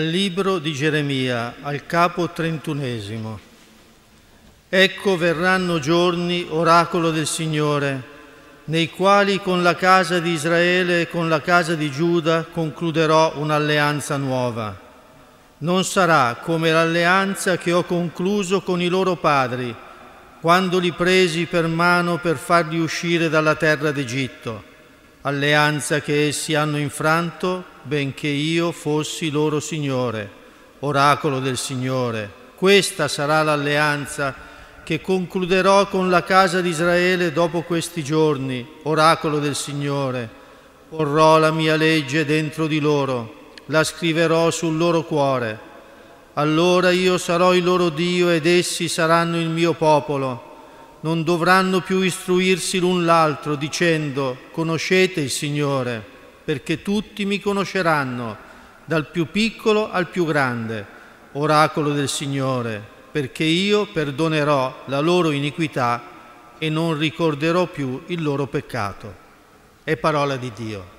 Dal libro di Geremia, al capo 31. Ecco verranno giorni, oracolo del Signore, nei quali con la casa di Israele e con la casa di Giuda concluderò un'alleanza nuova. Non sarà come l'alleanza che ho concluso con i loro padri, quando li presi per mano per farli uscire dalla terra d'Egitto, alleanza che essi hanno infranto, benché io fossi loro Signore, oracolo del Signore. Questa sarà l'alleanza che concluderò con la casa di Israele dopo questi giorni, oracolo del Signore. Porrò la mia legge dentro di loro, la scriverò sul loro cuore. Allora io sarò il loro Dio ed essi saranno il mio popolo. Non dovranno più istruirsi l'un l'altro dicendo: conoscete il Signore, perché tutti mi conosceranno, dal più piccolo al più grande, oracolo del Signore, perché io perdonerò la loro iniquità e non ricorderò più il loro peccato. È parola di Dio.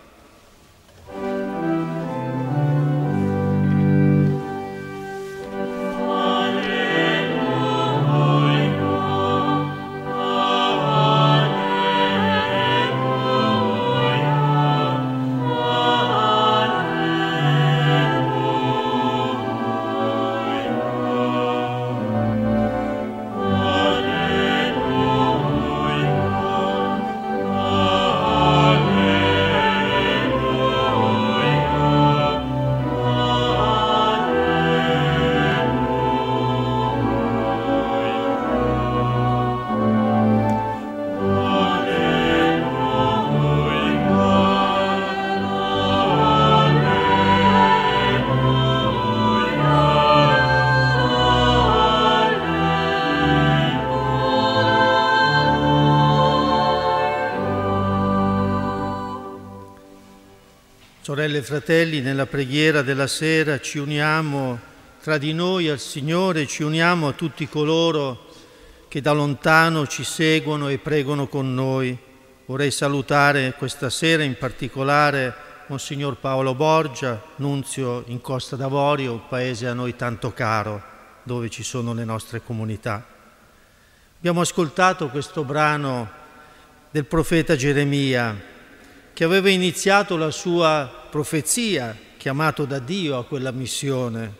Sorelle e fratelli, nella preghiera della sera ci uniamo tra di noi al Signore, ci uniamo a tutti coloro che da lontano ci seguono e pregano con noi. Vorrei salutare questa sera in particolare Monsignor Paolo Borgia, nunzio in Costa d'Avorio, un paese a noi tanto caro, dove ci sono le nostre comunità. Abbiamo ascoltato questo brano del profeta Geremia, che aveva iniziato la sua profezia, chiamato da Dio a quella missione.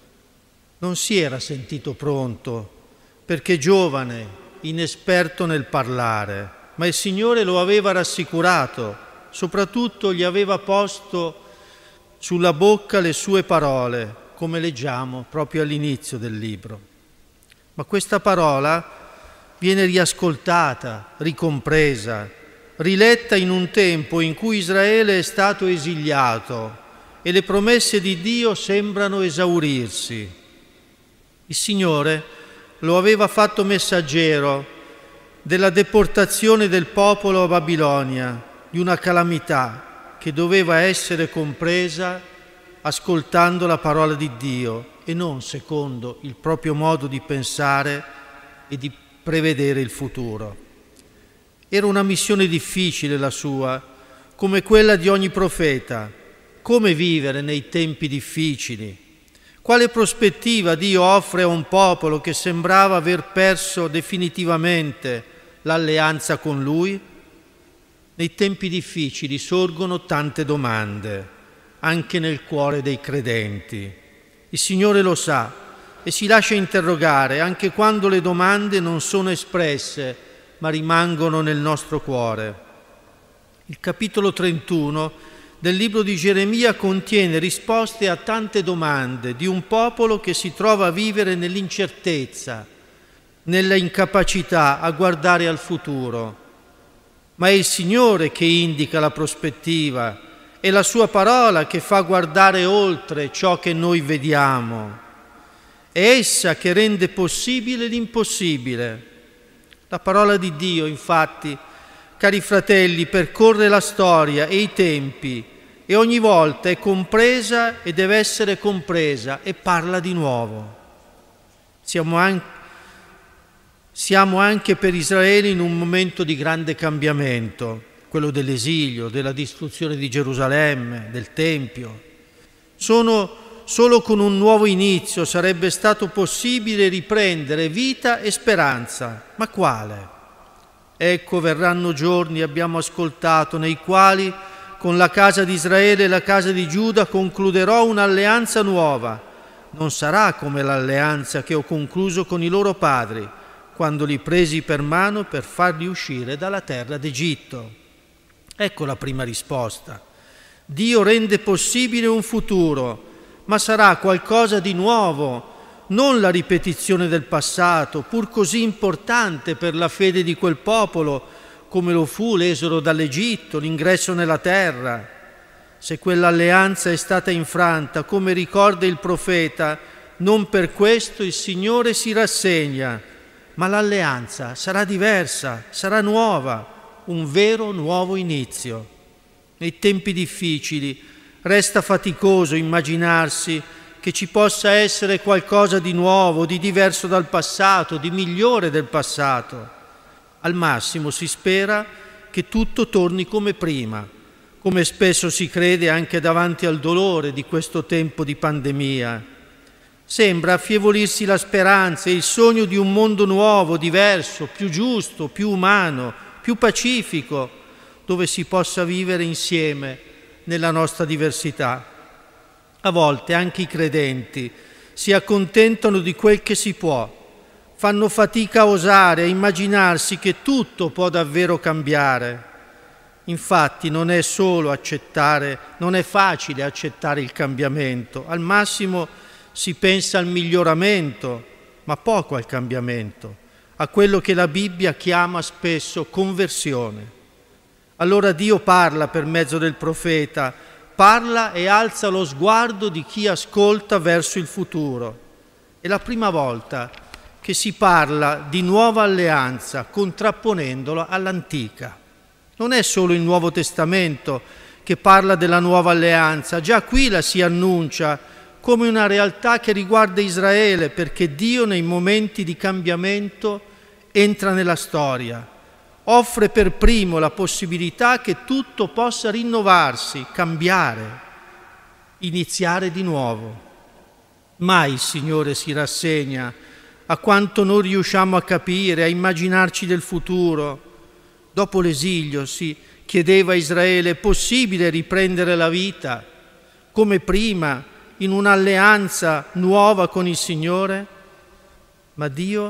Non si era sentito pronto, perché giovane, inesperto nel parlare, ma il Signore lo aveva rassicurato, soprattutto gli aveva posto sulla bocca le sue parole, come leggiamo proprio all'inizio del libro. Ma questa parola viene riascoltata, ricompresa, riletta in un tempo in cui Israele è stato esiliato e le promesse di Dio sembrano esaurirsi. Il Signore lo aveva fatto messaggero della deportazione del popolo a Babilonia, di una calamità che doveva essere compresa ascoltando la parola di Dio e non secondo il proprio modo di pensare e di prevedere il futuro. Era una missione difficile la sua, come quella di ogni profeta. Come vivere nei tempi difficili? Quale prospettiva Dio offre a un popolo che sembrava aver perso definitivamente l'alleanza con Lui? Nei tempi difficili sorgono tante domande, anche nel cuore dei credenti. Il Signore lo sa e si lascia interrogare anche quando le domande non sono espresse, ma rimangono nel nostro cuore. Il capitolo 31 del libro di Geremia contiene risposte a tante domande di un popolo che si trova a vivere nell'incertezza, nella incapacità a guardare al futuro. Ma è il Signore che indica la prospettiva, è la sua parola che fa guardare oltre ciò che noi vediamo. È essa che rende possibile l'impossibile. La parola di Dio, infatti, cari fratelli, percorre la storia e i tempi e ogni volta è compresa e deve essere compresa e parla di nuovo. Siamo anche per Israele in un momento di grande cambiamento, quello dell'esilio, della distruzione di Gerusalemme, del Tempio. Sono solo con un nuovo inizio sarebbe stato possibile riprendere vita e speranza. Ma quale? Ecco, verranno giorni, abbiamo ascoltato, nei quali con la casa di Israele e la casa di Giuda concluderò un'alleanza nuova. Non sarà come l'alleanza che ho concluso con i loro padri, quando li presi per mano per farli uscire dalla terra d'Egitto. Ecco la prima risposta. Dio rende possibile un futuro, ma sarà qualcosa di nuovo, non la ripetizione del passato, pur così importante per la fede di quel popolo, come lo fu l'esodo dall'Egitto, l'ingresso nella terra. Se quell'alleanza è stata infranta, come ricorda il profeta, non per questo il Signore si rassegna, ma l'alleanza sarà diversa, sarà nuova, un vero nuovo inizio. Nei tempi difficili resta faticoso immaginarsi che ci possa essere qualcosa di nuovo, di diverso dal passato, di migliore del passato. Al massimo si spera che tutto torni come prima, come spesso si crede anche davanti al dolore di questo tempo di pandemia. Sembra affievolirsi la speranza e il sogno di un mondo nuovo, diverso, più giusto, più umano, più pacifico, dove si possa vivere insieme nella nostra diversità. A volte anche i credenti si accontentano di quel che si può, fanno fatica a osare, a immaginarsi che tutto può davvero cambiare. Infatti non è facile accettare il cambiamento. Al massimo si pensa al miglioramento, ma poco al cambiamento, a quello che la Bibbia chiama spesso conversione. Allora Dio parla per mezzo del profeta, parla e alza lo sguardo di chi ascolta verso il futuro. È la prima volta che si parla di nuova alleanza, contrapponendola all'antica. Non è solo il Nuovo Testamento che parla della nuova alleanza, già qui la si annuncia come una realtà che riguarda Israele, perché Dio nei momenti di cambiamento entra nella storia, offre per primo la possibilità che tutto possa rinnovarsi, cambiare, iniziare di nuovo. Mai il Signore si rassegna a quanto non riusciamo a capire, a immaginarci del futuro. Dopo l'esilio si chiedeva a Israele: è possibile riprendere la vita come prima, in un'alleanza nuova con il Signore? Ma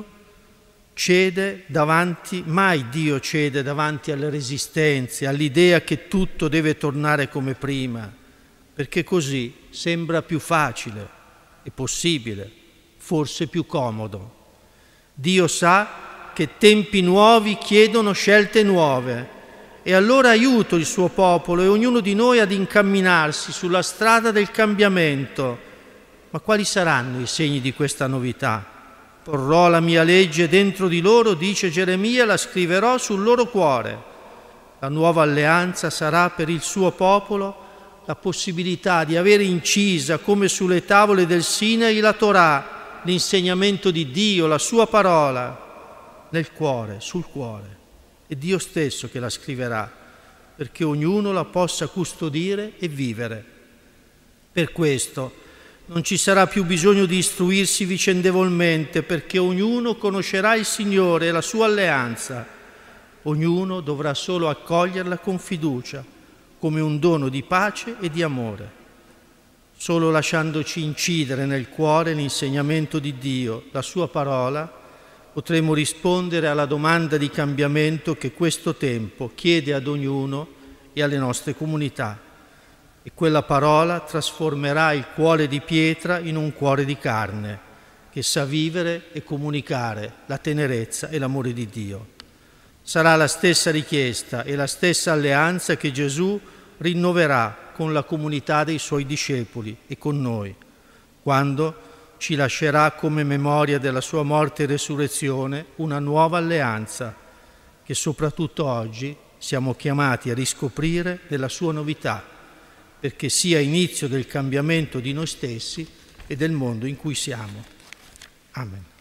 mai Dio cede davanti alle resistenze, all'idea che tutto deve tornare come prima, perché così sembra più facile e possibile, forse più comodo. Dio sa che tempi nuovi chiedono scelte nuove e allora aiuta il suo popolo e ognuno di noi ad incamminarsi sulla strada del cambiamento. Ma quali saranno i segni di questa novità? Porrò la mia legge dentro di loro, dice Geremia, la scriverò sul loro cuore. La nuova alleanza sarà per il suo popolo la possibilità di avere incisa, come sulle tavole del Sinai, la Torah, l'insegnamento di Dio, la sua parola, nel cuore, sul cuore. È Dio stesso che la scriverà, perché ognuno la possa custodire e vivere. Per questo non ci sarà più bisogno di istruirsi vicendevolmente, perché ognuno conoscerà il Signore e la sua alleanza. Ognuno dovrà solo accoglierla con fiducia, come un dono di pace e di amore. Solo lasciandoci incidere nel cuore l'insegnamento di Dio, la sua parola, potremo rispondere alla domanda di cambiamento che questo tempo chiede ad ognuno e alle nostre comunità. E quella parola trasformerà il cuore di pietra in un cuore di carne, che sa vivere e comunicare la tenerezza e l'amore di Dio. Sarà la stessa richiesta e la stessa alleanza che Gesù rinnoverà con la comunità dei suoi discepoli e con noi, quando ci lascerà come memoria della sua morte e resurrezione una nuova alleanza che soprattutto oggi siamo chiamati a riscoprire nella sua novità, perché sia inizio del cambiamento di noi stessi e del mondo in cui siamo. Amen.